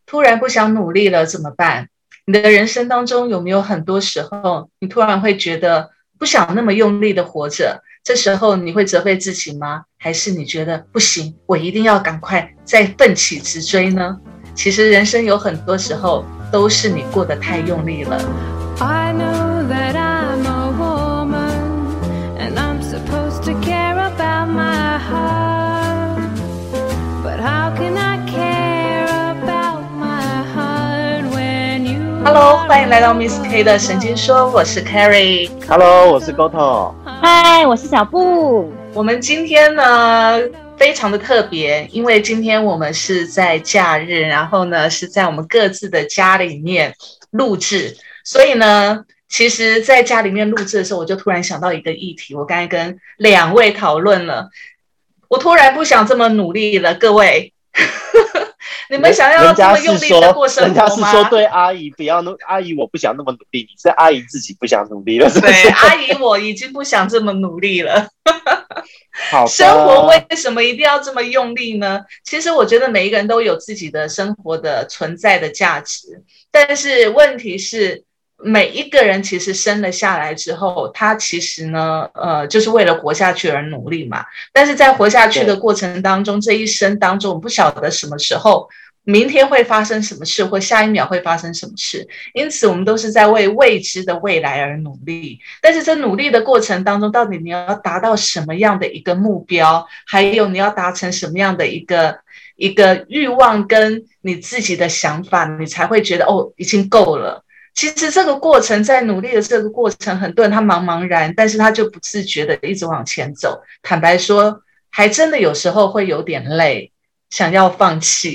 突然不想努力了怎么办？你的人生当中有没有很多时候，你突然会觉得不想那么用力的活着？这时候你会责备自己吗？还是你觉得不行，我一定要赶快再奋起直追呢？其实人生有很多时候都是你过得太用力了。 I know that I'm a woman and I'm supposed to care about my heart, but how can I care about my heart when you Hello， 欢迎来到 Miss K 的神经说，我是 Carrie。 Hello， 我是 Goto。 嗨，我是小布。 我们今天呢非常的特别，因为今天我们是在假日，然后呢是在我们各自的家里面录制，所以呢其实在家里面录制的时候，我就突然想到一个议题，我刚才跟2位讨论了，我突然不想这么努力了，各位你们想要这么用力的过生活吗？ 人家是说对阿姨不要阿姨我不想那么努力，你是阿姨自己不想努力了，是不是？ 对，阿姨我已经不想这么努力了好， 生活为什么一定要这么用力呢？其实我觉得每一个人都有自己的生活的存在的价值，但是问题是每一个人其实生了下来之后，他其实呢就是为了活下去而努力嘛，但是在活下去的过程当中，这一生当中我们不晓得什么时候明天会发生什么事，或下一秒会发生什么事，因此我们都是在为未知的未来而努力。但是这努力的过程当中，到底你要达到什么样的一个目标，还有你要达成什么样的一个欲望跟你自己的想法，你才会觉得哦已经够了。其实这个过程，在努力的这个过程，很多人他茫茫然，但是他就不自觉的一直往前走。坦白说，还真的有时候会有点累，想要放弃。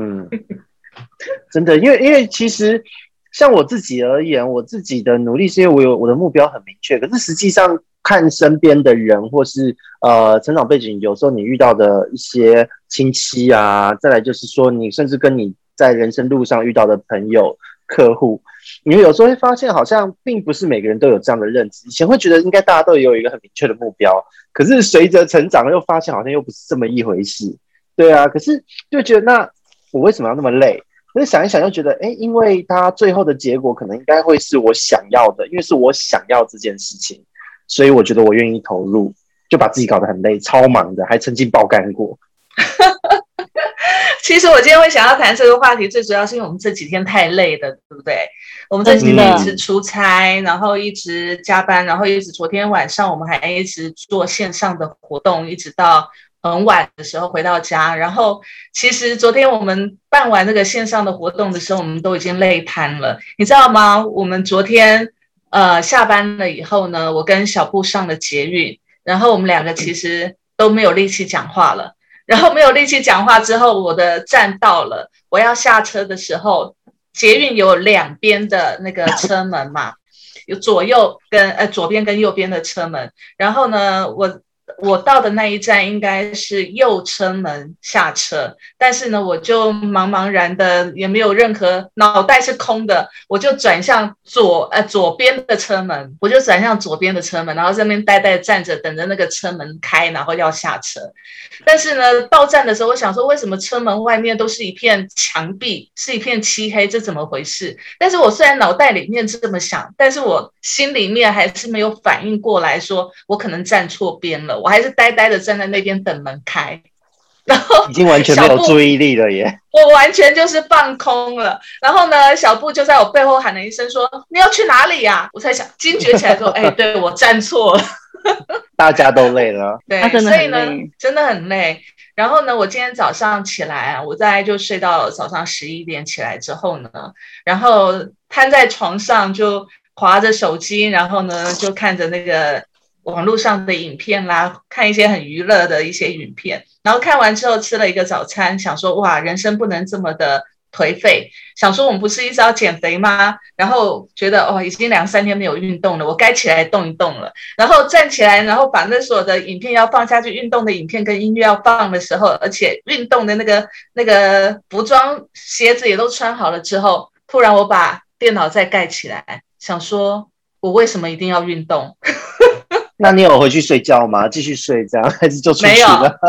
真的，因为其实像我自己而言，我自己的努力是因为我的目标很明确，可是实际上看身边的人或是成长背景，有时候你遇到的一些亲戚啊，再来就是说你甚至跟你在人生路上遇到的朋友、客户，你有时候会发现好像并不是每个人都有这样的认知。以前会觉得应该大家都有一个很明确的目标，可是随着成长又发现好像又不是这么一回事。对啊，可是就觉得那我为什么要那么累？可是想一想又觉得因为他最后的结果可能应该会是我想要的，因为是我想要这件事情，所以我觉得我愿意投入，就把自己搞得很累，超忙的，还曾经爆肝过。 其实我今天会想要谈这个话题，最主要是因为我们这几天太累了，对不对？我们这几天一直出差，然后一直加班，然后一直昨天晚上我们还一直做线上的活动，一直到很晚的时候回到家。然后其实昨天我们办完那个线上的活动的时候，我们都已经累瘫了，你知道吗？我们昨天下班了以后呢，我跟小布上了捷运，然后我们2个其实都没有力气讲话了。然后没有力气讲话之后，我的站到了，我要下车的时候，捷运有2边的那个车门嘛，有左边跟右边的车门。然后呢，我到的那一站应该是右车门下车，但是呢，我就茫茫然的，也没有任何，脑袋是空的，我就转向左边的车门，然后在那边呆站着，等着那个车门开，然后要下车。但是呢，到站的时候，我想说，为什么车门外面都是一片墙壁，是一片漆黑，这怎么回事？但是我虽然脑袋里面这么想，但是我心里面还是没有反应过来说，我可能站错边了，我还是呆呆的站在那边等门开。然后已经完全没有注意力了耶， 我完全就是放空了。然后呢，小布就在我背后喊了一声说：“你要去哪里呀？”我才想惊觉起来说：“对，我站错了。” 大家都累了， 对，所以呢，真的很累。然后呢，我今天早上起来我大概就睡到早上11点起来之后呢，然后瘫在床上就滑着手机，然后呢就看着那个网络上的影片啦，看一些很娱乐的一些影片，然后看完之后吃了一个早餐，想说哇，人生不能这么的颓废，想说我们不是一直要减肥吗？然后觉得已经2-3天没有运动了，我该起来动一动了。然后站起来，然后把那所有的影片要放下去，运动的影片跟音乐要放的时候，而且运动的那个服装鞋子也都穿好了之后，突然我把电脑再盖起来，想说我为什么一定要运动？ 那你有回去睡觉吗？继续睡这样，还是就出去了？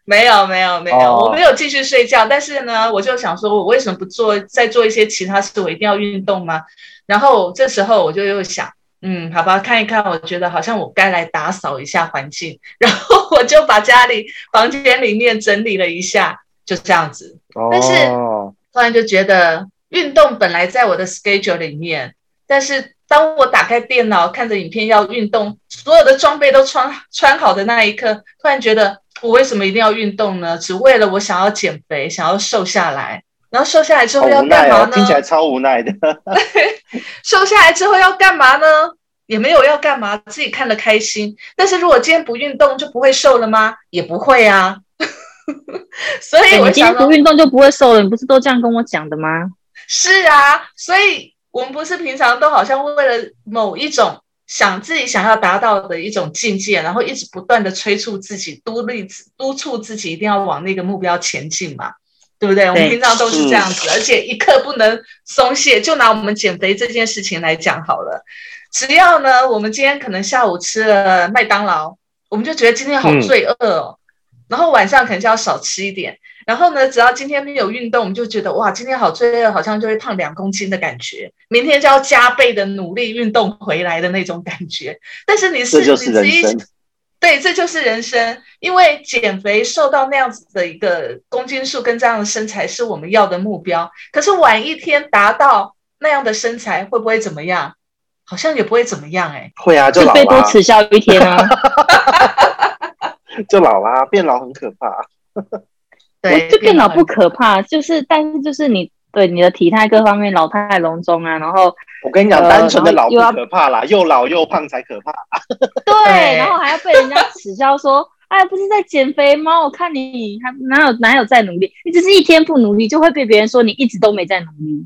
没有，我没有继续睡觉，但是呢，我就想说，我为什么不再做一些其他事？我一定要运动吗？然后这时候我就又想，好吧，看一看，我觉得好像我该来打扫一下环境，然后我就把房间里面整理了一下，就这样子。但是突然就觉得运动本来在我的 schedule 里面，但是当我打开电脑看着影片要运动，所有的装备都穿好的那一刻，突然觉得我为什么一定要运动呢？只为了我想要减肥，想要瘦下来。然后瘦下来之后要干嘛呢？ 听起来超无奈的。 瘦下来之后要干嘛呢？也没有要干嘛，自己看了开心。但是如果今天不运动就不会瘦了吗？也不会啊。所以我今天不运动就不会瘦了，你不是都这样跟我讲的吗？ 是啊，所以我们不是平常都好像为了某一种自己想要达到的一种境界，然后一直不断的催促自己，督促自己一定要往那个目标前进嘛，对不对？我们平常都是这样子，而且一刻不能松懈。就拿我们减肥这件事情来讲好了，只要呢，我们今天可能下午吃了麦当劳，我们就觉得今天好罪恶哦。然后晚上可能就要少吃一点，然后呢，只要今天没有运动，我们就觉得哇，今天好罪恶，好像就会胖2公斤的感觉，明天就要加倍的努力运动回来的那种感觉。但是这就是人生。 对，这就是人生，因为减肥瘦到那样子的一个公斤数跟这样的身材是我们要的目标，可是晚一天达到那样的身材会不会怎么样？好像也不会怎么样会啊，就老被多耻笑一天啊。 就老啦，变老很可怕。 对， 就变老不可怕，但是就是你对你的体态各方面老态龙钟啊，然后我跟你讲，单纯的老不可怕啦，又老又胖才可怕。 对，然后还要被人家耻笑说，哎，不是在减肥吗？我看你还哪有在努力？你只是一天不努力，就会被别人说你一直都没在努力。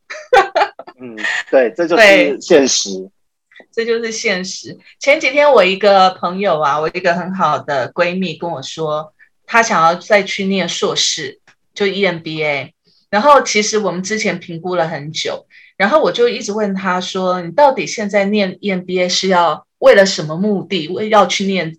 对，这就是现实。 这就是现实。前几天我一个朋友啊，我一个很好的闺蜜跟我说，她想要再去念硕士，就 EMBA。然后其实我们之前评估了很久，然后我就一直问她说，你到底现在念 EMBA 是要为了什么目的？要去念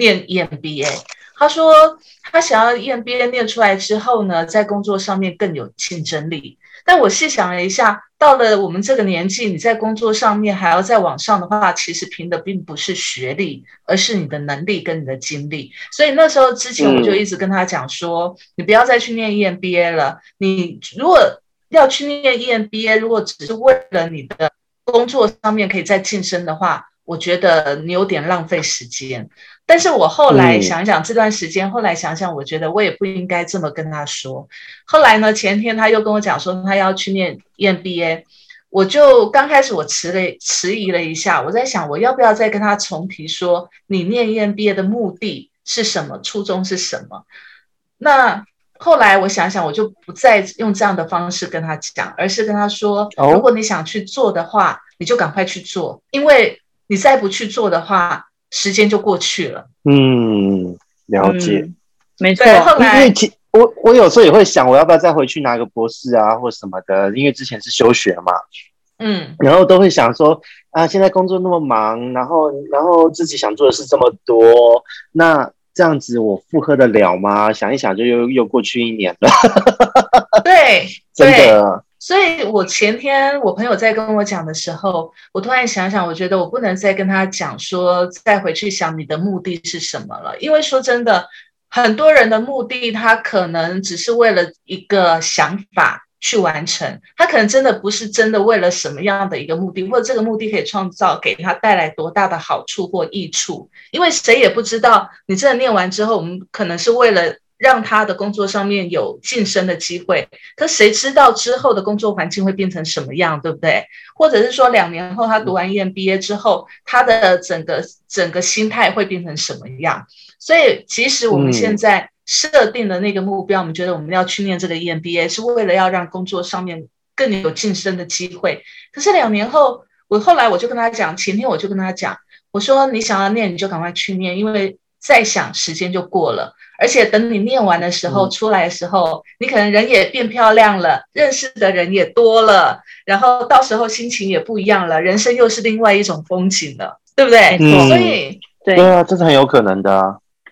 EMBA？ 她说她想要 EMBA 念出来之后呢，在工作上面更有竞争力。但我细想了一下，到了我们这个年纪，你在工作上面还要再往上的话，其实凭的并不是学历，而是你的能力跟你的经历。所以那时候之前我就一直跟他讲说，你不要再去念 EMBA 了。你如果要去念 EMBA， 如果只是为了你的工作上面可以再晋升的话，我觉得你有点浪费时间。但是我后来想一想这段时间，后来想想，我觉得我也不应该这么跟他说。后来呢，前天他又跟我讲说他要去念 EMBA， 我就刚开始我迟疑了一下，我在想我要不要再跟他重提说，你念 EMBA 的目的是什么，初衷是什么？那后来我想想，我就不再用这样的方式跟他讲，而是跟他说，如果你想去做的话，你就赶快去做，因为你再不去做的话，时间就过去了。 了解。 没错。 后来因为我有时候也会想，我要不要再回去拿个博士啊，或什么的，因为之前是休学嘛。然后都会想说啊，现在工作那么忙，然后自己想做的事这么多，那这样子我负荷得了吗？想一想就又过去1年了。 对， 真的。 所以我前天我朋友在跟我讲的时候，我突然想想，我觉得我不能再跟他讲说再回去想你的目的是什么了，因为说真的，很多人的目的他可能只是为了一个想法去完成，他可能真的不是真的为了什么样的一个目的，或者这个目的可以创造给他带来多大的好处或益处，因为谁也不知道你真的念完之后，我们可能是为了让他的工作上面有晋升的机会，可谁知道之后的工作环境会变成什么样，对不对？或者是说2年后他读完 EMBA 之后，他的整个心态会变成什么样？所以即使我们现在设定的那个目标，我们觉得我们要去念这个 EMBA 是为了要让工作上面更有晋升的机会，可是2年后，后来我就跟他讲，前天我就跟他讲，我说你想要念你就赶快去念，因为再想时间就过了，而且等你念完的时候，出来的时候，你可能人也变漂亮了，认识的人也多了，然后到时候心情也不一样了，人生又是另外一种风景了，对不对？所以对啊，这是很有可能的啊。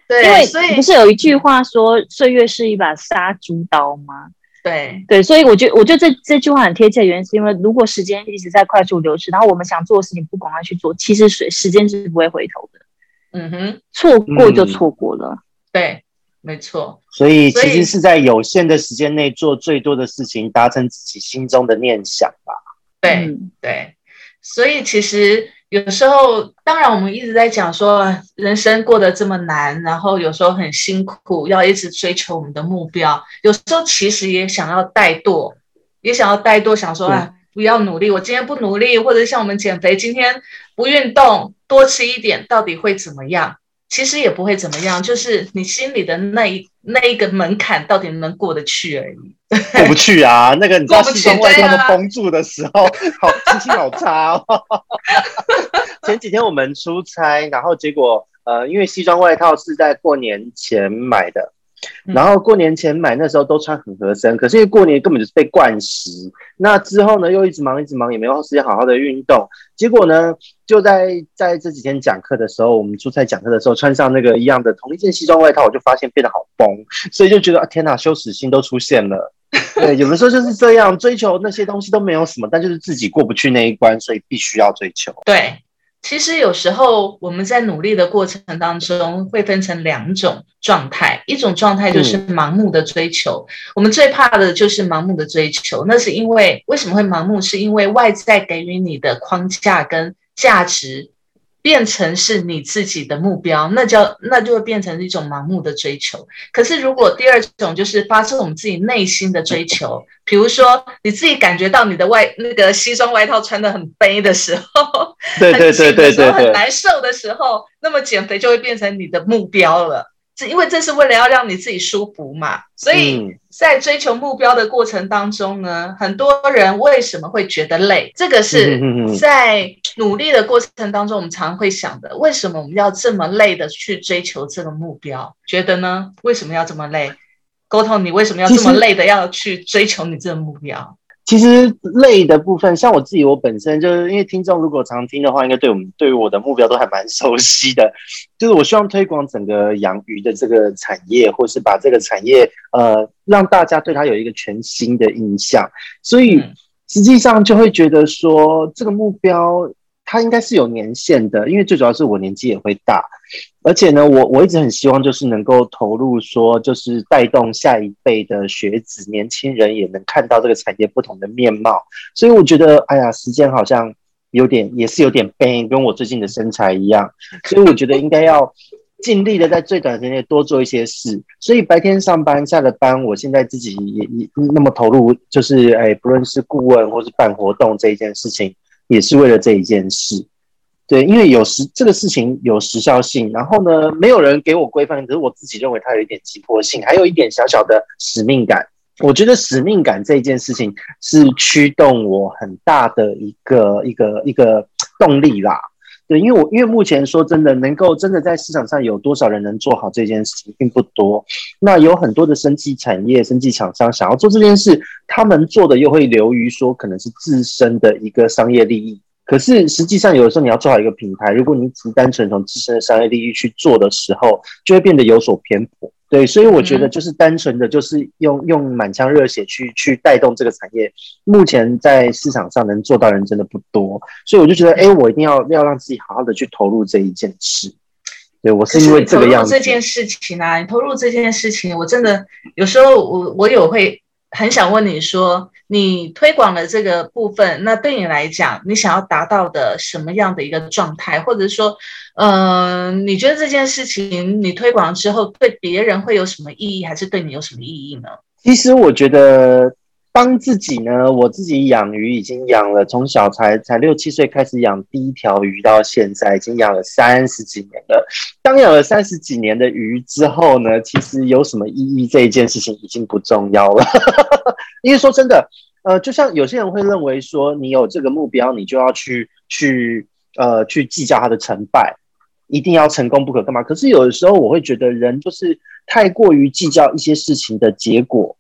对， 因为所以不是有一句话说岁月是一把杀猪刀吗？ 对， 所以我觉得这句话很贴切的原因是因为如果时间一直在快速流逝，然后我们想做的事情不赶快去做，其实时间是不会回头的。 嗯哼， 错过就错过了。 对，没错。 所以其实是在有限的时间内做最多的事情，达成自己心中的念想吧。 对对，所以其实有时候，当然我们一直在讲说人生过得这么难，然后有时候很辛苦，要一直追求我们的目标。有时候其实也想要怠惰，想说不要努力，我今天不努力，或者像我们减肥，今天不运动，多吃一点，到底会怎么样？其实也不会怎么样，就是你心里的那一个门槛到底能不能过得去而已。 过不去啊！那个你知道西装外套都封住的时候，心情好差哦。前几天我们出差，然后结果因为西装外套是在过年前买的，然后过年前买那时候都穿很合身，可是因为过年根本就是被惯食，那之后呢又一直忙，也没有时间好好的运动，结果呢就在这几天讲课的时候，我们出差讲课的时候穿上那个一样的同一件西装外套，我就发现变得好崩，所以就觉得天哪，羞耻心都出现了。对，有的时候就是这样，追求那些东西都没有什么，但就是自己过不去那一关，所以必须要追求。 对，其实有时候我们在努力的过程当中会分成两种状态，一种状态就是盲目的追求，我们最怕的就是盲目的追求，那是因为为什么会盲目，是因为外在给予你的框架跟价值变成是你自己的目标，那就会变成一种盲目的追求。可是如果第二种就是发自我们自己内心的追求，比如说你自己感觉到你的那个西装外套穿得很悲的时候， 对， 很难受的时候，那么减肥就会变成你的目标了。因为这是为了要让你自己舒服嘛，所以在追求目标的过程当中呢，很多人为什么会觉得累？这个是在努力的过程当中我们常会想的，为什么我们要这么累的去追求这个目标？觉得呢？为什么要这么累？沟通，你为什么要这么累的要去追求你这个目标？ 其实累的部分，像我自己，我本身就是因为听众如果常听的话，应该对于我的目标都还蛮熟悉的。就是我希望推广整个养鱼的这个产业，或是把这个产业让大家对它有一个全新的印象。所以实际上就会觉得说，这个目标它应该是有年限的，因为最主要是我年纪也会大，而且呢，我一直很希望就是能够投入说，就是带动下一辈的学子、年轻人也能看到这个产业不同的面貌。所以我觉得，哎呀，时间好像也是有点背，跟我最近的身材一样。所以我觉得应该要尽力的在最短时间内多做一些事。所以白天上班，下了班，我现在自己也那么投入，就是不论是顾问或是办活动这一件事情，也是为了这一件事。对，因为这个事情有时效性，然后呢，没有人给我规范，可是我自己认为它有一点急迫性，还有一点小小的使命感。我觉得使命感这一件事情是驱动我很大的一个动力啦。对，因为目前说真的，能够真的在市场上有多少人能做好这件事情并不多。那有很多的生技产业、生技厂商想要做这件事，他们做的又会流于说可能是自身的一个商业利益。可是实际上有的时候你要做好一个品牌，如果你只单纯从自身的商业利益去做的时候，就会变得有所偏颇。对，所以我觉得就是单纯的就是用满腔热血去带动这个产业，目前在市场上能做到的人真的不多，所以我就觉得我一定要让自己好好的去投入这一件事。对，我是因为这个样子。 投入这件事情啊，你投入这件事情，我真的有时候我有会很想问你说，你推广的这个部分，那对你来讲，你想要达到的什么样的一个状态，或者说你觉得这件事情你推广之后对别人会有什么意义，还是对你有什么意义呢？ 其实我觉得帮自己呢，我自己养鱼已经养了，从小才6、7岁开始养第一条鱼，到现在已经养了30几年了。当养了30几年的鱼之后呢，其实有什么意义这一件事情已经不重要了。因为说真的，就像有些人会认为说，你有这个目标，你就要去计较它的成败，一定要成功不可干嘛。可是有的时候我会觉得人就是太过于计较一些事情的结果，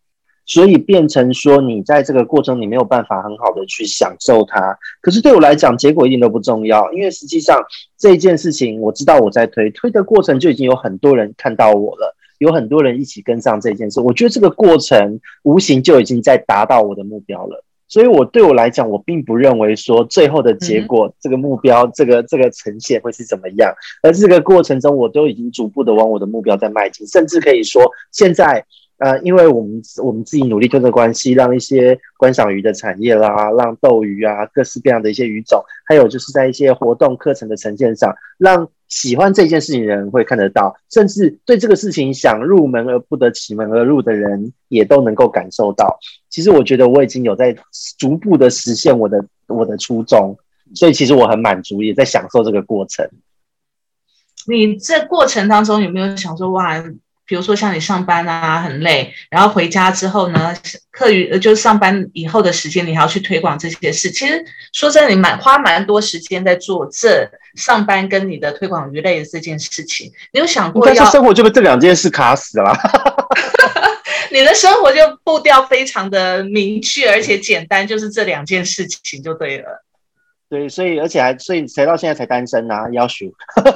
所以变成说你在这个过程你没有办法很好的去享受它。可是对我来讲，结果一点都不重要，因为实际上这件事情我知道我在推的过程就已经有很多人看到我了，有很多人一起跟上这件事，我觉得这个过程无形就已经在达到我的目标了。所以对我来讲，我并不认为说最后的结果，这个目标这个呈现会是怎么样，而这个过程中我都已经逐步的往我的目标在迈进，甚至可以说现在因为我们自己努力推的关系，让一些观赏鱼的产业啦，让斗鱼啊，各式各样的一些鱼种，还有就是在一些活动课程的呈现上，让喜欢这件事情的人会看得到，甚至对这个事情想入门而不得其门而入的人也都能够感受到。其实我觉得我已经有在逐步的实现我的初衷，所以其实我很满足，也在享受这个过程。 你这过程当中有没有想说，哇，比如说像你上班啊很累，然后回家之后呢，课余就是上班以后的时间，你还要去推广这些事。其实说真的，你花蛮多时间在做这上班跟你的推广鱼类的这件事情。你有想过要？ 生活就被这两件事卡死了。 你的生活就步调非常的明确，而且简单，就是这两件事情就对了。 对，所以才到现在才单身啊，要求。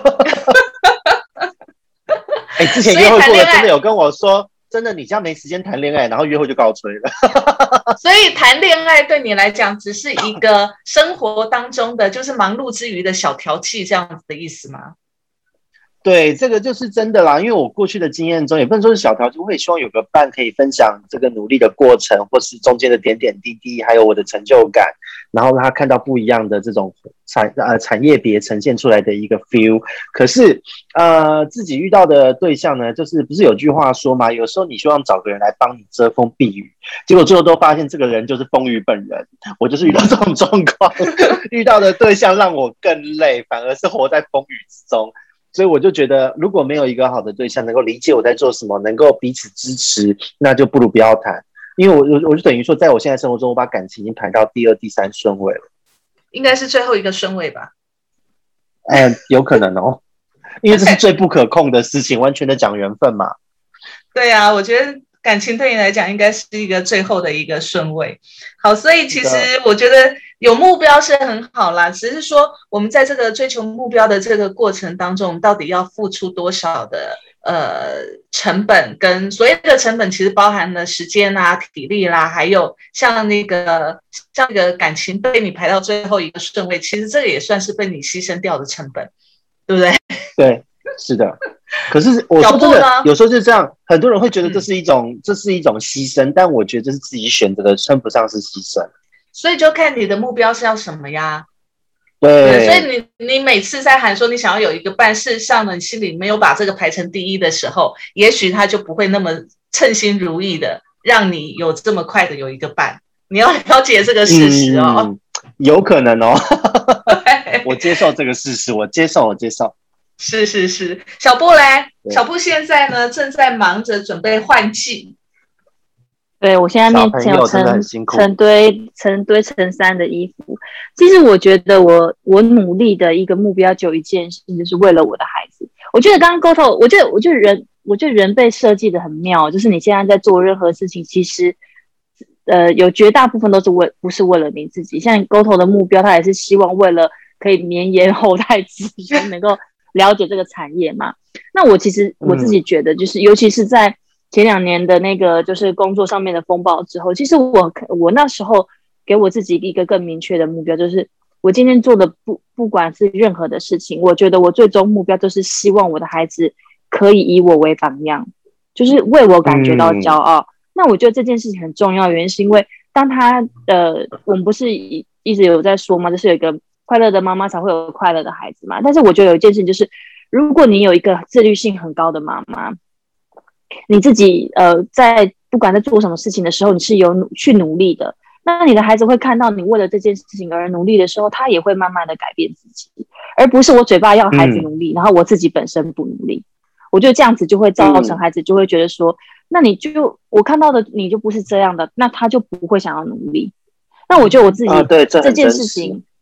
之前约会过的真的有跟我说，真的你这样没时间谈恋爱，然后约会就告吹了。 所以谈恋爱对你来讲只是一个生活当中的就是忙碌之余的小调剂，这样子的意思吗？ 对，这个就是真的啦，因为我过去的经验中，也不能说是小调剂，我也希望有个伴可以分享这个努力的过程，或是中间的点点滴滴，还有我的成就感，然后让他看到不一样的这种产业别呈现出来的一个 feel。可是自己遇到的对象呢，就是不是有句话说嘛，有时候你希望找个人来帮你遮风避雨，结果最后都发现这个人就是风雨本人。我就是遇到这种状况，遇到的对象让我更累，反而是活在风雨之中。所以我就觉得，如果没有一个好的对象能够理解我在做什么，能够彼此支持，那就不如不要谈。因为我就等于说，在我现在生活中，我把感情已经排到第2、第3顺位了， 应该是最后一个顺位吧？ 有可能哦，因为这是最不可控的事情，完全的讲缘分嘛。 对啊，我觉得感情对你来讲应该是一个最后的一个顺位。好，所以其实我觉得有目标是很好啦，只是说我们在这个追求目标的这个过程当中，到底要付出多少的成本，跟所谓的成本其实包含了时间啊、体力啦，还有像那个感情被你排到最后一个顺位，其实这个也算是被你牺牲掉的成本，对不对？对， 是的。可是我说真的，有时候是这样，很多人会觉得这是一种牺牲，但我觉得这是自己选择的，称不上是牺牲。 所以就看你的目标是要什么呀。 对， 所以你每次在喊说你想要有一个伴，事实上呢，你心里没有把这个排成第一的时候，也许他就不会那么称心如意的让你有这么快的有一个伴。你要了解这个事实哦。 有可能哦。我接受这个事实，我接受。 是。小布嘞，小布现在呢正在忙着准备换季。 对，我现在面前有成堆成3的衣服。其实我觉得我努力的一个目标就有一件事，就是为了我的孩子。我觉得刚刚沟通，我觉得人被设计的很妙，就是你现在在做任何事情，其实有绝大部分都是不是为了你自己。像沟通的目标，他也是希望为了可以绵延后代子孙，能够了解这个产业嘛。那我其实我自己觉得，就是尤其是在前2年的那个就是工作上面的风暴之后，其实我那时候给我自己一个更明确的目标，就是我今天做的不管是任何的事情，我觉得我最终目标就是希望我的孩子可以以我为榜样，就是为我感觉到骄傲。那我觉得这件事情很重要，原因是因为当他我们不是一直有在说嘛，就是有一个快乐的妈妈才会有快乐的孩子嘛。但是我觉得有一件事情就是，如果你有一个自律性很高的妈妈，你自己在不管在做什么事情的时候，你是有去努力的，那你的孩子会看到你为了这件事情而努力的时候，他也会慢慢的改变自己，而不是我嘴巴要孩子努力，然后我自己本身不努力。我觉得这样子就会造成孩子就会觉得说，那我看到的你就不是这样的，那他就不会想要努力。那我觉得我自己这件事情，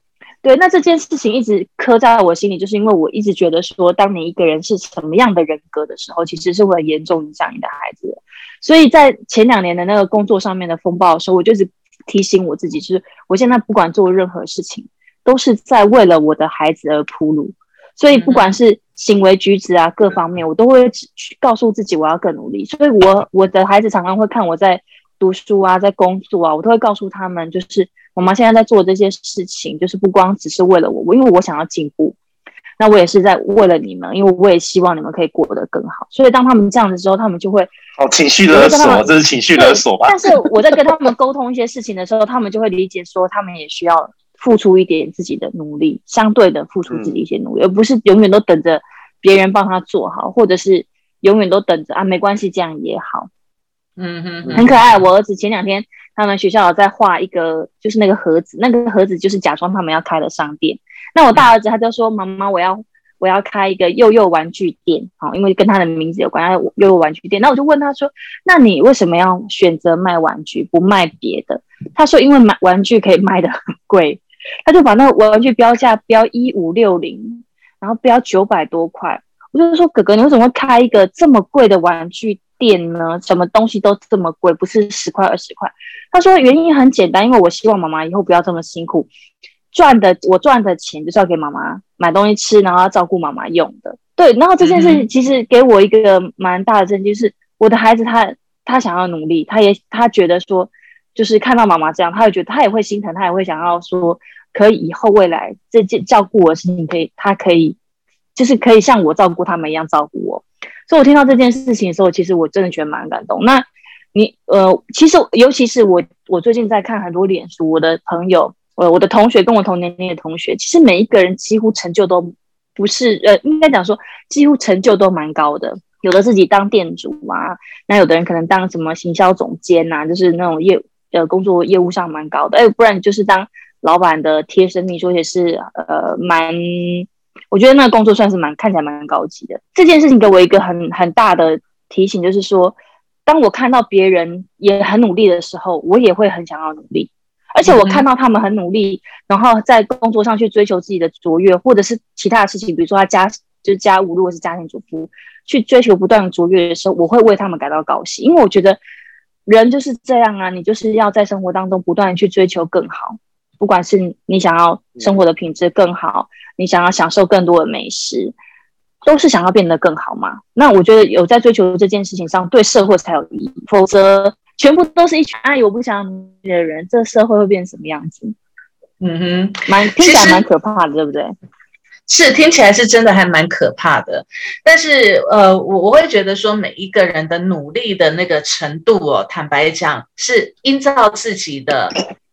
对，那这件事情一直刻在我心里，就是因为我一直觉得说，当你一个人是什么样的人格的时候，其实是会严重影响你的孩子的。所以在前2年的那个工作上面的风暴的时候，我就一直提醒我自己，就是我现在不管做任何事情，都是在为了我的孩子而铺路。所以不管是行为举止啊，各方面，我都会去告诉自己我要更努力。所以我的孩子常常会看我在读书啊，在工作啊，我都会告诉他们，就是妈妈现在在做这些事情，就是不光只是为了我，因为我想要进步，那我也是在为了你们，因为我也希望你们可以过得更好。所以当他们这样子之后，他们就会情绪勒索，这是情绪勒索吧？ 但是我在跟他们沟通一些事情的时候，他们就会理解说，他们也需要付出一点自己的努力，相对的付出自己一些努力，而不是永远都等着别人帮他做好，或者是永远都等着啊，没关系，这样也好。很可爱。我儿子前2天他们学校有在画一个，就是那个盒子，那个盒子就是假装他们要开的商店。那我大儿子他就说，妈妈，我要开一个幼幼玩具店，因为跟他的名字有关，幼幼玩具店。那我就问他说，那你为什么要选择卖玩具不卖别的？他说因为买玩具可以卖得很贵，他就把那个玩具标价标1560，然后标900多块。我就说，哥哥，你为什么会开一个这么贵的玩具店呢？什么东西都这么贵，不是10块20块？他说原因很简单，因为我希望妈妈以后不要这么辛苦，我赚的钱就是要给妈妈买东西吃，然后要照顾妈妈用的。对，然后这件事其实给我一个蛮大的震惊，就是我的孩子他想要努力，他觉得说，就是看到妈妈这样，他会觉得他也会心疼，他也会想要说，可以以后未来这件照顾我的事情他可以就是可以像我照顾他们一样照顾我。所以我听到这件事情的时候，其实我真的觉得蛮感动。那其实尤其是我最近在看很多脸书，我的朋友，我的同学跟我同年龄的同学，其实每一个人几乎成就都不是应该讲说几乎成就都蛮高的。有的自己当店主啊，那有的人可能当什么行销总监啊，就是那种工作业务上蛮高的。不然就是当老板的贴身秘书，也是我觉得那个工作算是看起来蛮高级的。这件事情给我一个很大的提醒，就是说，当我看到别人也很努力的时候，我也会很想要努力。而且我看到他们很努力，然后在工作上去追求自己的卓越，或者是其他的事情，比如说他就是家务，如果是家庭主妇，去追求不断的卓越的时候，我会为他们感到高兴，因为我觉得人就是这样啊，你就是要在生活当中不断的去追求更好，不管是你想要生活的品质更好，你想要享受更多的美食，都是想要变得更好嘛。那我觉得有在追求这件事情上，对社会才有意义，否则全部都是一群我不想努力的人，这社会会变成什么样子？听起来蛮可怕的，对不对？ 是，听起来是真的还蛮可怕的。但是我会觉得说，每一个人的努力的那个程度坦白讲是依照自己的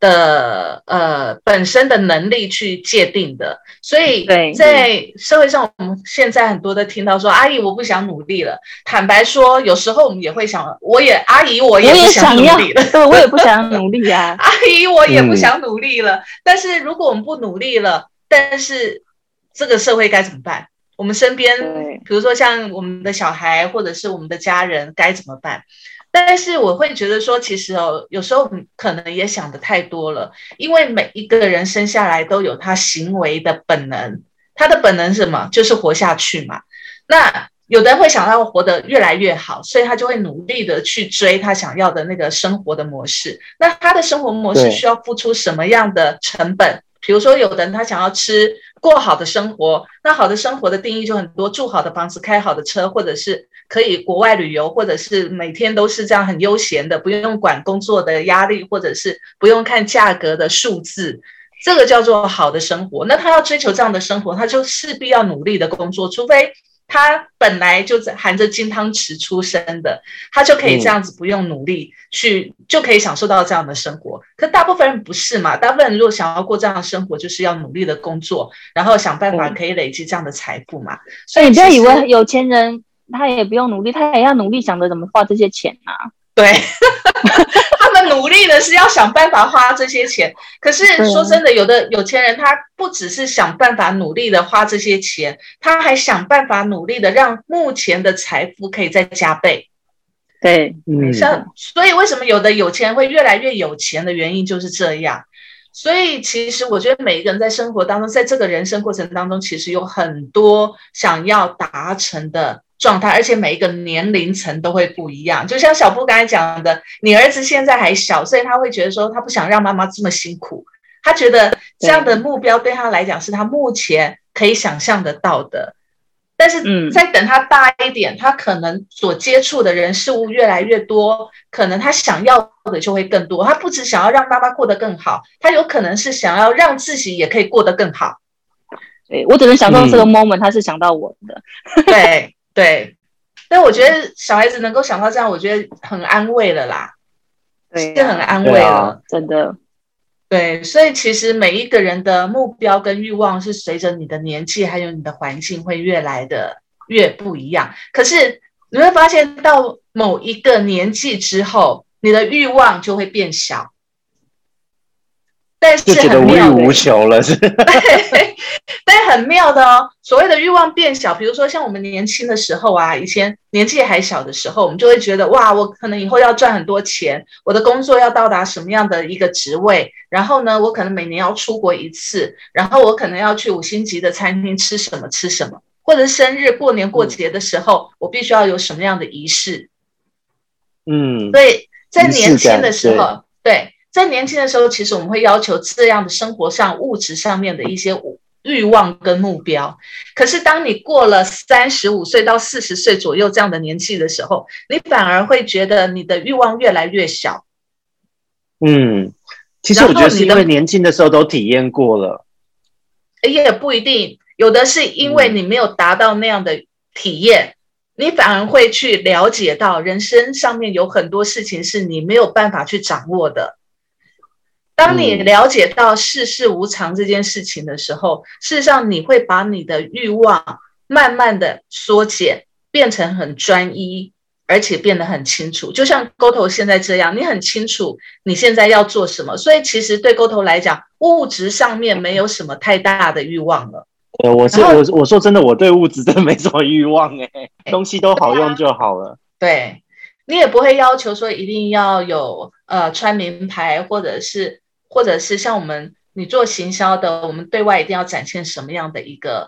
本身的能力去界定的。所以在社会上，我们现在很多的听到说，阿姨我不想努力了。坦白说，有时候我们也会想，阿姨我也不想努力了， 对，我也不想努力啊。 阿姨我也不想努力了。但是如果我们不努力了，但是这个社会该怎么办？我们身边比如说像我们的小孩或者是我们的家人该怎么办？但是我会觉得说，其实有时候可能也想得太多了，因为每一个人生下来都有他行为的本能，他的本能是什么？就是活下去嘛。那有的人会想要活得越来越好，所以他就会努力的去追他想要的那个生活的模式。那他的生活模式需要付出什么样的成本？比如说有的人他想要过好的生活，那好的生活的定义就很多，住好的房子，开好的车，或者是可以国外旅游，或者是每天都是这样很悠闲的，不用管工作的压力，或者是不用看价格的数字，这个叫做好的生活。那他要追求这样的生活，他就势必要努力的工作，除非他本来就含着金汤匙出生的，他就可以这样子不用努力就可以享受到这样的生活。可大部分人不是嘛？大部分人如果想要过这样的生活，就是要努力的工作，然后想办法可以累积这样的财富嘛。所以你不要以为有钱人他也不用努力，他也要努力想着怎么花这些钱啊。 对他们努力的是要想办法花这些钱。可是说真的，有的有钱人他不只是想办法努力的花这些钱，他还想办法努力的让目前的财富可以再加倍。 对， 所以为什么有的有钱人会越来越有钱的原因就是这样。 所以其实我觉得每一个人在生活当中，在这个人生过程当中，其实有很多想要达成的状态，而且每一个年龄层都会不一样。就像小布刚才讲的，你儿子现在还小，所以他会觉得说他不想让妈妈这么辛苦，他觉得这样的目标对他来讲是他目前可以想象得到的。但是再等他大一点，他可能所接触的人事物越来越多，可能他想要的就会更多。他不只想要让妈妈过得更好，他有可能是想要让自己也可以过得更好。 对，我只能想到这个 moment，他是想到我的。 对对，但我觉得小孩子能够想到这样，我觉得很安慰了啦， 对， 是很安慰了， 真的。 对，所以其实每一个人的目标跟欲望是随着你的年纪还有你的环境会越来的越不一样。可是你会发现到某一个年纪之后，你的欲望就会变小，但是就觉得无欲无求了，是。 对，但很妙的哦。所谓的欲望变小，比如说像我们年轻的时候啊，以前年纪还小的时候，我们就会觉得哇，我可能以后要赚很多钱，我的工作要到达什么样的一个职位，然后呢，我可能每年要出国一次，然后我可能要去5星级的餐厅吃什么吃什么，或者生日、过年过节的时候，我必须要有什么样的仪式。所以在年轻的时候，对。在年轻的时候，其实我们会要求这样的生活上、物质上面的一些欲望跟目标。可是当你过了35岁到40岁左右这样的年纪的时候，你反而会觉得你的欲望越来越小。 其实我觉得是因为年轻的时候都体验过了， 也不一定，有的是因为你没有达到那样的体验，你反而会去了解到人生上面有很多事情是你没有办法去掌握的。当你了解到世事无常这件事情的时候，事实上你会把你的欲望慢慢的缩减，变成很专一，而且变得很清楚。就像沟头现在这样，你很清楚你现在要做什么，所以其实对沟头来讲，物质上面没有什么太大的欲望了。 我说真的，我对物质真的没什么欲望东西都好用就好了。 对，你也不会要求说一定要有穿名牌，或者是像你做行销的，我们对外一定要展现什么样的一个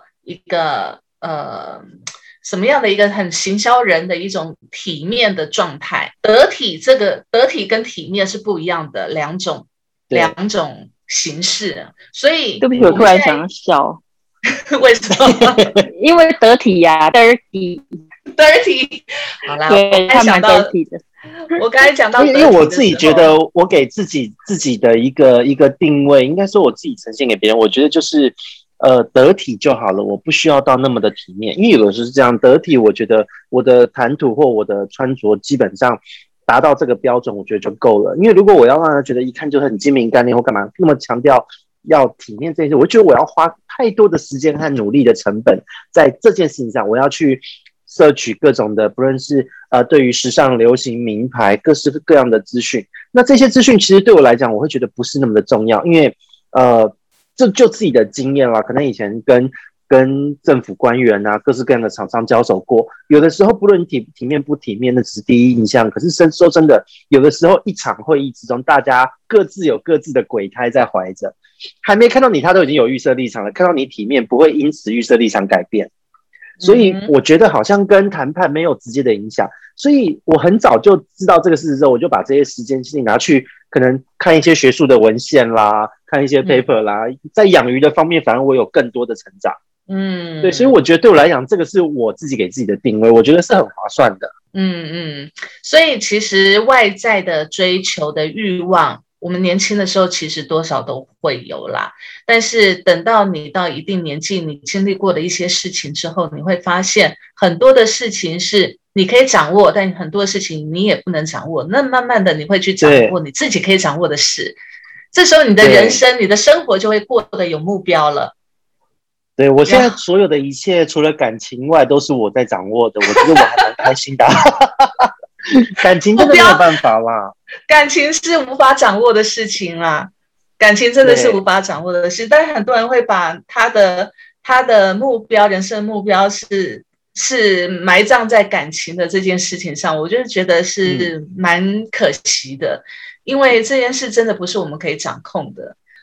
什么样的一个很行销人的一种体面的状态。得体跟体面是不一样的两种形式。所以对不起，我突然想要笑。 为什么？ 因为得体呀，dirty。 好啦， 对，他蛮得体的。 我刚才讲到， 因为我自己觉得，我给自己的一个定位，应该说我自己呈现给别人，我觉得就是得体就好了，我不需要到那么的体面。因为有的时候是这样，得体，我觉得我的谈吐或我的穿着基本上达到这个标准，我觉得就够了。因为如果我要让人觉得一看就很精明干练或干嘛，那么强调要体面这件事，我觉得我要花太多的时间和努力的成本在这件事情上，我要去摄取各种的，不论是对于时尚、流行、名牌各式各样的资讯。那这些资讯其实对我来讲，我会觉得不是那么的重要，因为这就自己的经验啦，可能以前跟政府官员啊，各式各样的厂商交手过，有的时候不论体面不体面，那只是第一印象。可是说真的，有的时候一场会议之中，大家各自有各自的鬼胎在怀着，还没看到你，他都已经有预设立场了。看到你体面，不会因此预设立场改变。所以我觉得好像跟谈判没有直接的影响，所以我很早就知道这个事实之后，我就把这些时间拿去可能看一些学术的文献啦，看一些 paper 啦，在养鱼的方面，反而我有更多的成长。对，所以我觉得对我来讲，这个是我自己给自己的定位，我觉得是很划算的。 所以其实外在的追求的欲望，我们年轻的时候其实多少都会有啦，但是等到你到一定年纪，你经历过的一些事情之后，你会发现很多的事情是你可以掌握，但很多的事情你也不能掌握。那慢慢的你会去掌握你自己可以掌握的事，这时候你的人生、你的生活就会过得有目标了。 对，我现在所有的一切除了感情外都是我在掌握的，我觉得我还蛮开心的。感情真的没有办法啦， 感情是无法掌握的事情啦，感情真的是无法掌握的事。但是很多人会把他的目标、人生目标是埋葬在感情的这件事情上，我就觉得是蛮可惜的，因为这件事真的不是我们可以掌控的。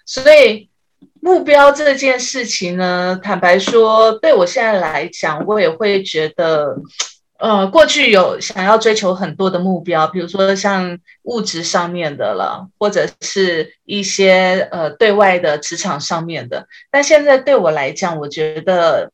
所以目标这件事情呢，坦白说，对我现在来讲，我也会觉得，过去有想要追求很多的目标，比如说像物质上面的了，或者是一些对外的职场上面的。但现在对我来讲，我觉得，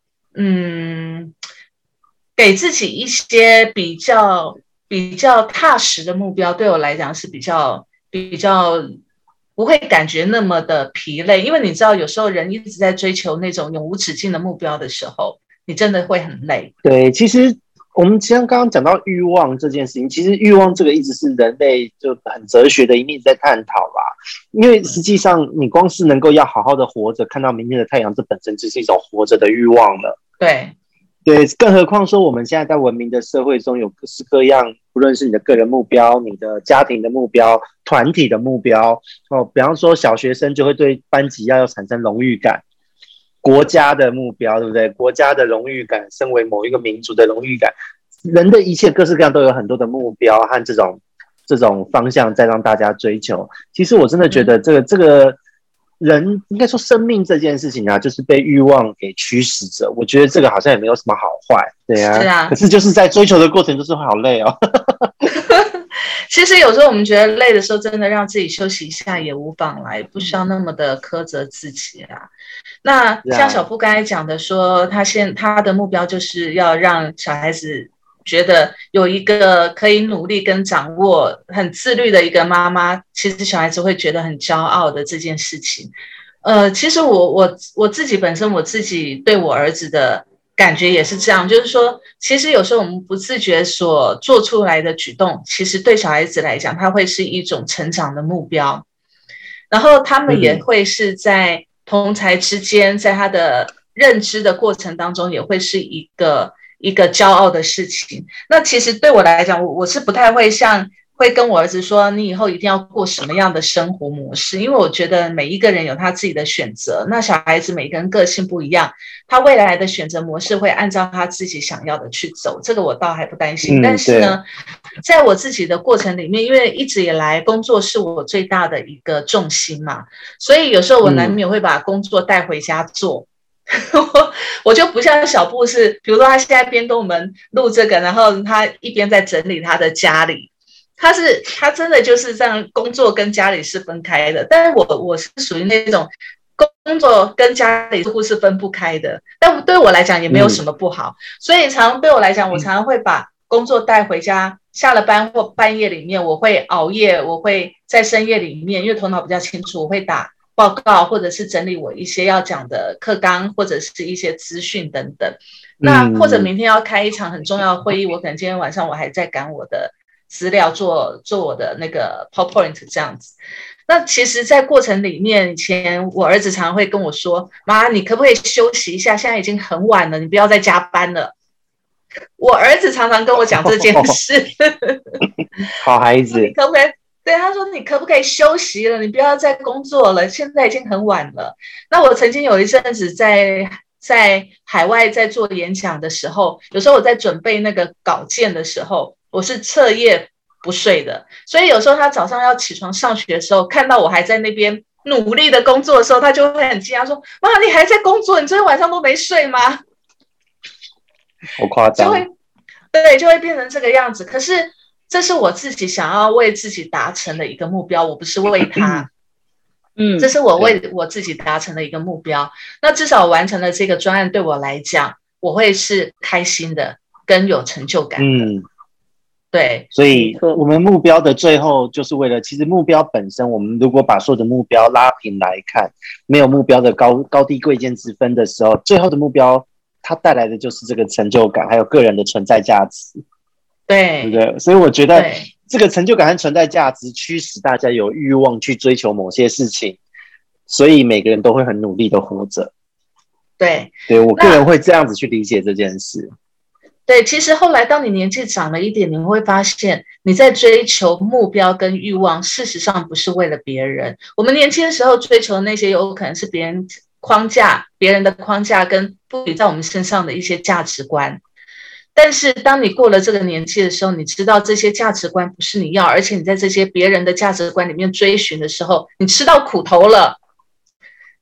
给自己一些比较踏实的目标，对我来讲是比较不会感觉那么的疲累，因为你知道，有时候人一直在追求那种永无止境的目标的时候，你真的会很累。 对，其实我们刚刚讲到欲望这件事情，其实欲望这个一直是人类就很哲学的一面在探讨啦。因为实际上，你光是能够要好好的活着，看到明天的太阳，这本身就是一种活着的欲望了。对，更何况说我们现在在文明的社会中有各式各样，不论是你的个人目标、你的家庭的目标、团体的目标比方说小学生就会对班级要产生荣誉感，国家的目标，对不对？国家的荣誉感，身为某一个民族的荣誉感，人的一切各式各样都有很多的目标和这种方向在让大家追求。其实我真的觉得这个人应该说生命这件事情啊，就是被欲望给驱使着。我觉得这个好像也没有什么好坏，对啊。 是啊。 可是就是在追求的过程就是会好累哦。 其实有时候我们觉得累的时候，真的让自己休息一下也无妨啦，也不需要那么的苛责自己啊。那像小布刚才讲的说，他的目标就是要让小孩子觉得有一个可以努力跟掌握很自律的一个妈妈，其实小孩子会觉得很骄傲的这件事情。其实我自己本身我自己对我儿子的感觉也是这样，就是说其实有时候我们不自觉所做出来的举动，其实对小孩子来讲它会是一种成长的目标，然后他们也会是在同侪之间，在他的认知的过程当中也会是一个骄傲的事情。那其实对我来讲，我是不太会跟我儿子说你以后一定要过什么样的生活模式，因为我觉得每一个人有他自己的选择，那小孩子每个人个性不一样，他未来的选择模式会按照他自己想要的去走，这个我倒还不担心。但是呢，在我自己的过程里面，因为一直以来工作是我最大的一个重心嘛，所以有时候我难免会把工作带回家做。我就不像小布是，比如说他现在边跟我们录这个，然后他一边在整理他的家里，他真的就是这样，工作跟家里是分开的。但是我是属于那种工作跟家里似乎是分不开的，但对我来讲也没有什么不好。所以对我来讲，我常常会把工作带回家，下了班或半夜里面，我会熬夜，我会在深夜里面，因为头脑比较清楚，我会打报告或者是整理我一些要讲的课纲或者是一些资讯等等。那或者明天要开一场很重要的会议，我可能今天晚上我还在赶我的资料，做我的那个 PowerPoint 这样子。那其实在过程里面，以前我儿子常会跟我说，妈你可不可以休息一下，现在已经很晚了，你不要再加班了。我儿子常常跟我讲这件事。 好孩子。 你可不可以，对，他说你可不可以休息了，你不要再工作了，现在已经很晚了。那我曾经有一阵子在海外在做演讲的时候，有时候我在准备那个稿件的时候，我是彻夜不睡的，所以有时候他早上要起床上学的时候，看到我还在那边努力的工作的时候，他就会很惊讶说，妈你还在工作，你昨天晚上都没睡吗？ 好夸张。 就会变成这个样子。可是这是我自己想要为自己达成的一个目标，我不是为他。这是我为我自己达成的一个目标。那至少完成了这个专案，对我来讲，我会是开心的，跟有成就感的。对， 所以我们目标的最后就是为了，其实目标本身，我们如果把所有的目标拉平来看，没有目标的高低贵贱之分的时候，最后的目标它带来的就是这个成就感，还有个人的存在价值。对不对？所以我觉得这个成就感和存在价值驱使大家有欲望去追求某些事情，所以每个人都会很努力的活着。对，我个人会这样子去理解这件事。 对，其实后来当你年纪长了一点，你会发现你在追求目标跟欲望，事实上不是为了别人。我们年轻的时候追求的那些，有可能是别人的框架跟赋予在我们身上的一些价值观。但是当你过了这个年纪的时候，你知道这些价值观不是你要，而且你在这些别人的价值观里面追寻的时候，你吃到苦头了，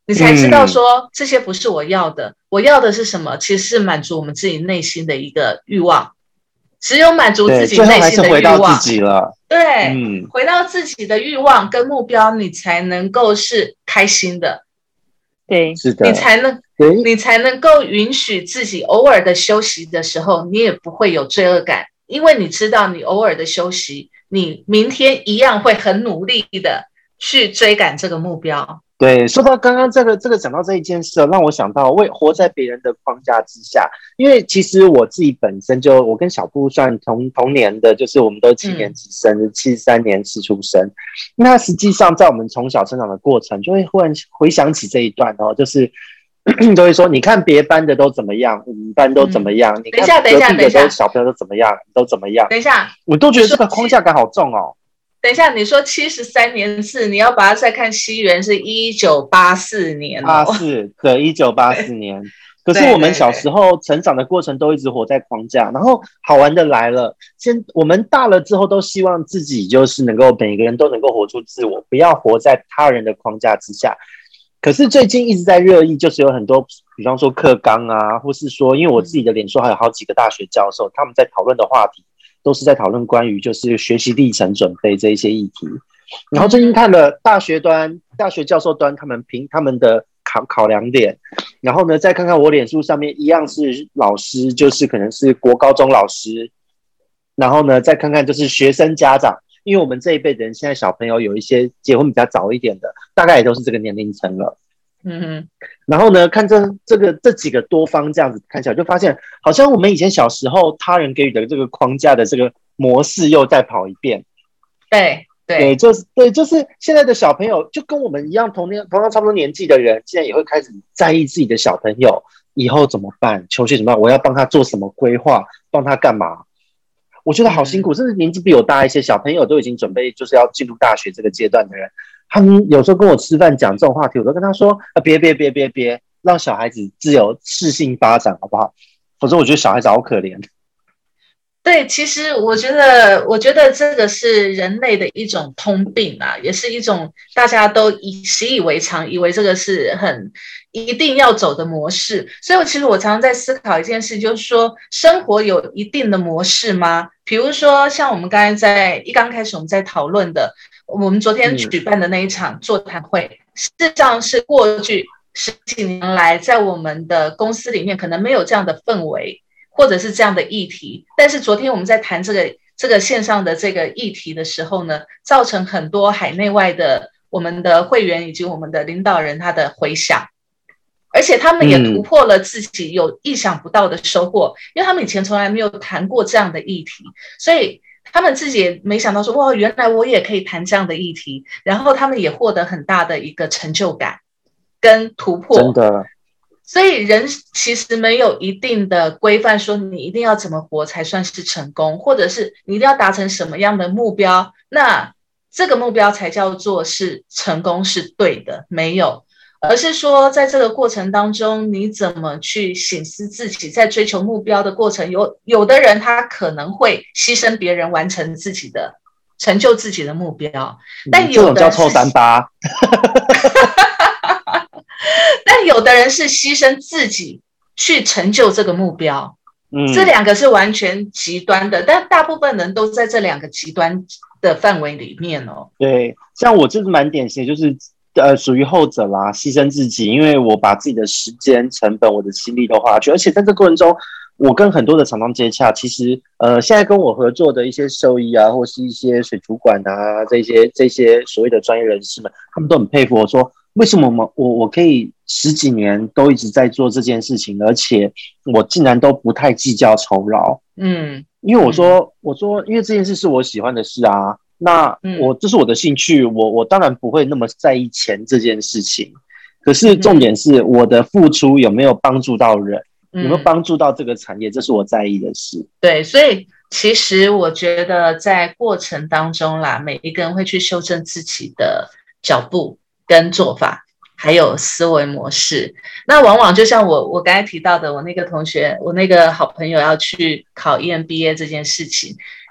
你才知道说这些不是我要的，我要的是什么？其实是满足我们自己内心的一个欲望。只有满足自己内心的欲望， 最后还是回到自己了。 对，回到自己的欲望跟目标，你才能够是开心的。 对， 是的， 你才能够允许自己偶尔的休息的时候，你也不会有罪恶感，因为你知道你偶尔的休息，你明天一样会很努力的去追赶这个目标。 对，说到刚刚这个讲到这一件事，让我想到活在别人的框架之下。因为其实我自己本身我跟小布算同年的，就是我们都7年级生，73年是出生。那实际上在我们从小成长的过程，就会忽然回想起这一段哦，就是都会说，你看别班的都怎么样，我们班都怎么样，你看隔壁的小朋友都怎么样，都怎么样。 等一下， 我都觉得这个框架感好重哦。 等一下，你说73年次，你要把它再看西元是1984年哦。 84，对，1984年。可是我们小时候成长的过程都一直活在框架，然后好玩的来了，我们大了之后都希望自己就是能够每个人都能够活出自我，不要活在他人的框架之下。可是最近一直在热议，就是有很多，比方说课纲啊，或是说，因为我自己的脸书还有好几个大学教授，他们在讨论的话题都是在讨论关于就是学习历程准备这一些议题。然后最近看了大学教授端他们的考量点，然后呢再看看我脸书上面一样是老师，就是可能是国高中老师，然后呢再看看就是学生家长，因为我们这一辈的人现在小朋友有一些结婚比较早一点的，大概也都是这个年龄层了。然后呢看这几个多方这样子看起来，就发现好像我们以前小时候他人给予的这个框架的这个模式又再跑一遍。对，就是现在的小朋友就跟我们一样同样差不多年纪的人，现在也会开始在意自己的小朋友以后怎么办，求学怎么办，我要帮他做什么规划，帮他干嘛。我觉得好辛苦，甚至年纪比我大一些小朋友都已经准备就是要进入大学这个阶段的人，他们有时候跟我吃饭讲这种话题，我都跟他说别，让小孩子自由适性发展好不好？否则我觉得小孩子好可怜。 对，其实我觉得这个是人类的一种通病啊，也是一种大家都习以为常，以为这个是很一定要走的模式。所以其实我常常在思考一件事，就是说生活有一定的模式吗？比如说像我们刚才刚开始我们在讨论的，我们昨天举办的那一场座谈会，事实上是过去10几年来在我们的公司里面可能没有这样的氛围，或者是这样的议题，但是昨天我们在谈这个线上的这个议题的时候呢，造成很多海内外的我们的会员以及我们的领导人他的回响，而且他们也突破了自己有意想不到的收获，因为他们以前从来没有谈过这样的议题，所以他们自己也没想到说哇，原来我也可以谈这样的议题，然后他们也获得很大的一个成就感跟突破。 真的。 所以人其实没有一定的规范说你一定要怎么活才算是成功，或者是你一定要达成什么样的目标，那这个目标才叫做是成功是对的，没有，而是说在这个过程当中你怎么去省思自己在追求目标的过程，有的人他可能会牺牲别人完成自己的成就自己的目标，但有的人这种叫臭38 但有的人是牺牲自己去成就这个目标，这两个是完全极端的，但大部分人都在这两个极端的范围里面哦。 对，像我就是蛮典型的，就是属于后者啦，牺牲自己，因为我把自己的时间成本、我的心力都花下去，而且在这过程中，我跟很多的厂商接洽，其实现在跟我合作的一些兽医啊，或是一些水族馆啊，这些所谓的专业人士们，他们都很佩服我说，为什么我可以10几年都一直在做这件事情，而且我竟然都不太计较酬劳。因为我说，因为这件事是我喜欢的事啊，那这是我的兴趣，我当然不会那么在意钱这件事情。可是重点是我的付出有没有帮助到人，有没有帮助到这个产业，这是我在意的事。 对，所以其实我觉得在过程当中啦，每一个人会去修正自己的脚步跟做法还有思维模式，那往往就像我刚才提到的，我那个同学，我那个好朋友要去考 EMBA 这件事情，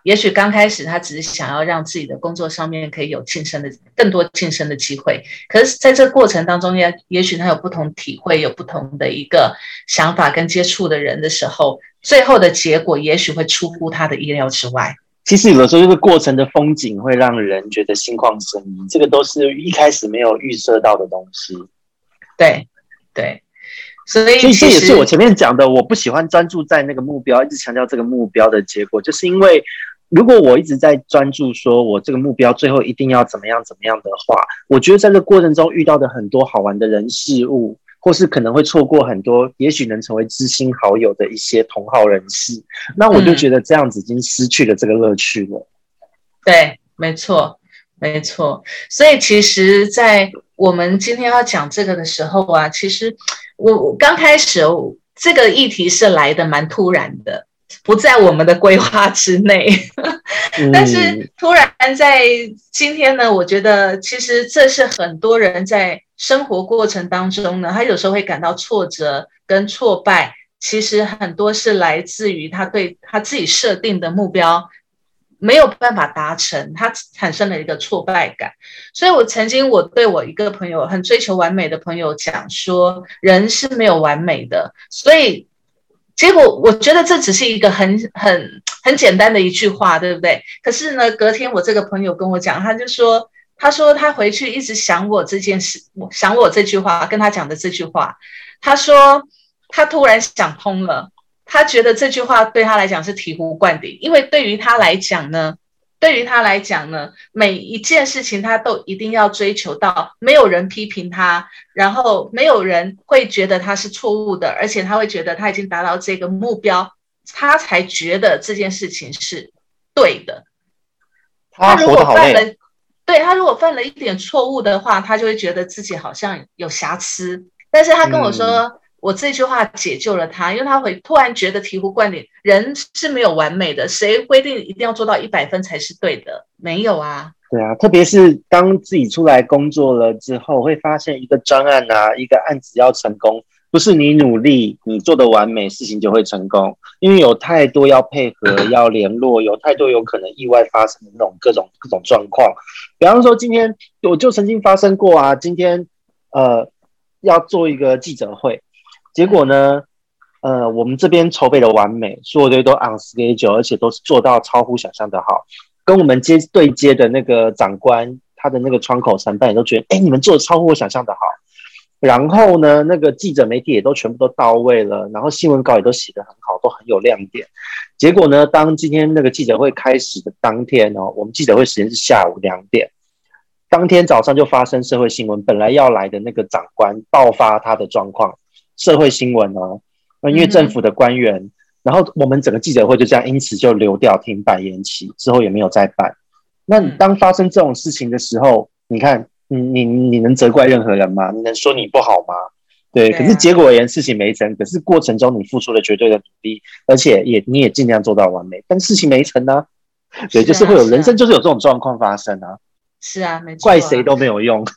也许刚开始他只是想要让自己的工作上面可以有更多晋升的机会，可是在这个过程当中也许他有不同体会，有不同的一个想法跟接触的人的时候，最后的结果也许会出乎他的意料之外。 其实有的时候这个过程的风景会让人觉得心旷神怡，这个都是一开始没有预设到的东西。 对对，所以这也是我前面讲的，我不喜欢专注在那个目标，一直强调这个目标的结果，就是因为如果我一直在专注说我这个目标最后一定要怎么样怎么样的话，我觉得在这个过程中遇到的很多好玩的人事物，或是可能会错过很多也许能成为知心好友的一些同好人士，那我就觉得这样子已经失去了这个乐趣了。 对，没错没错。所以其实在我们今天要讲这个的时候啊，其实我刚开始这个议题是来的蛮突然的，不在我们的规划之内但是突然在今天呢，我觉得其实这是很多人在生活过程当中呢，他有时候会感到挫折跟挫败，其实很多是来自于他对他自己设定的目标没有办法达成，他产生了一个挫败感。所以我对我一个朋友很追求完美的朋友讲说，人是没有完美的，所以结果我觉得这只是一个很简单的一句话，对不对？可是呢，隔天我这个朋友跟我讲，他说他回去一直想我这件事，想我这句话，跟他讲的这句话，他说他突然想通了，他觉得这句话对他来讲是醍醐灌顶，因为对于他来讲呢，每一件事情他都一定要追求到没有人批评他，然后没有人会觉得他是错误的，而且他会觉得他已经达到这个目标，他才觉得这件事情是对的。他如果犯了一点错误的话，他就会觉得自己好像有瑕疵。但是他跟我说，我这句话解救了他，因为他会突然觉得醍醐灌顶，人是没有完美的，谁规定一定要做到100分才是对的？没有啊。 对啊，特别是当自己出来工作了之后，会发现一个专案啊，一个案子要成功，不是你努力你做的完美，事情就会成功，因为有太多要配合要联络，有太多有可能意外发生的那种各种状况。比方说今天我就曾经发生过啊，今天要做一个记者会，结果呢我们这边筹备的完美，所有的都 on schedule， 而且都是做到超乎想象的好，跟我们对接的那个长官他的那个窗口承办也都觉得你们做的超乎我想象的好。然后呢，那个记者媒体也都全部都到位了，然后新闻稿也都写得很好，都很有亮点。结果呢，当今天那个记者会开始的当天我们记者会时间是下午2点，当天早上就发生社会新闻，本来要来的那个长官爆发他的状况，社会新闻因为政府的官员，然后我们整个记者会就这样因此就流掉，停摆延期，之后也没有再办。那当发生这种事情的时候，你看你能责怪任何人吗？你能说你不好吗？对，可是结果而言事情没成，可是过程中你付出了绝对的努力，而且你也尽量做到完美，但事情没成啊。对，就是会有人生就是有这种状况发生啊。 是啊，没错， 怪谁都没有用。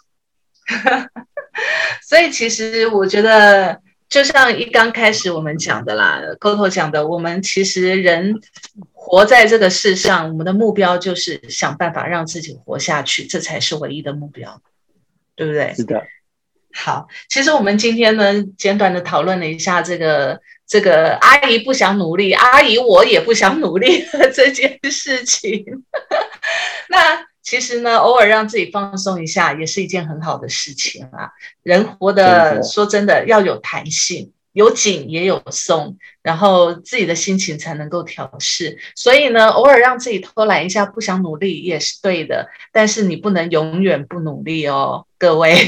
所以其实我觉得就像刚开始我们讲的啦，Coco 讲的，我们其实人活在这个世上，我们的目标就是想办法让自己活下去，这才是唯一的目标，对不对？ 是的。 好，其实我们今天呢，简短的讨论了一下这个阿姨不想努力，阿姨我也不想努力的这件事情。那其实呢，偶尔让自己放松一下，也是一件很好的事情啊。人活得说真的要有弹性，有紧也有松，然后自己的心情才能够调试。所以呢，偶尔让自己偷懒一下，不想努力也是对的，但是你不能永远不努力哦，各位。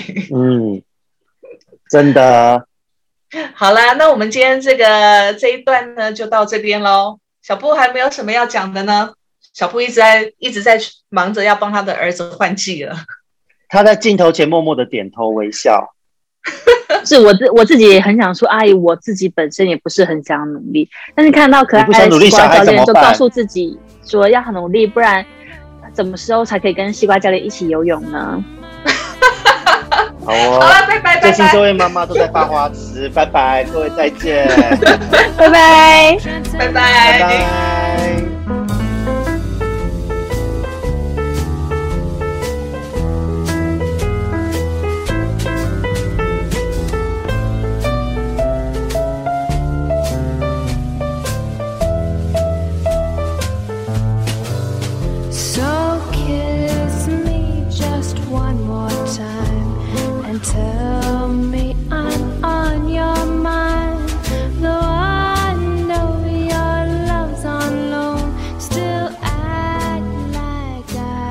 真的。 好啦，那我们今天这一段呢，就到这边咯。小布还没有什么要讲的呢？小布一直在忙着要帮他的儿子换季了。 他在镜头前默默的点头微笑。 是我自己也很想说，阿姨，我自己本身也不是很想努力，但是看到可爱的西瓜教练，就告诉自己说要很努力，不然什么时候才可以跟西瓜教练一起游泳呢？ 好哦， 好了，拜拜。 最近这位妈妈都在发花痴，拜拜，各位再见， 拜拜， 拜拜。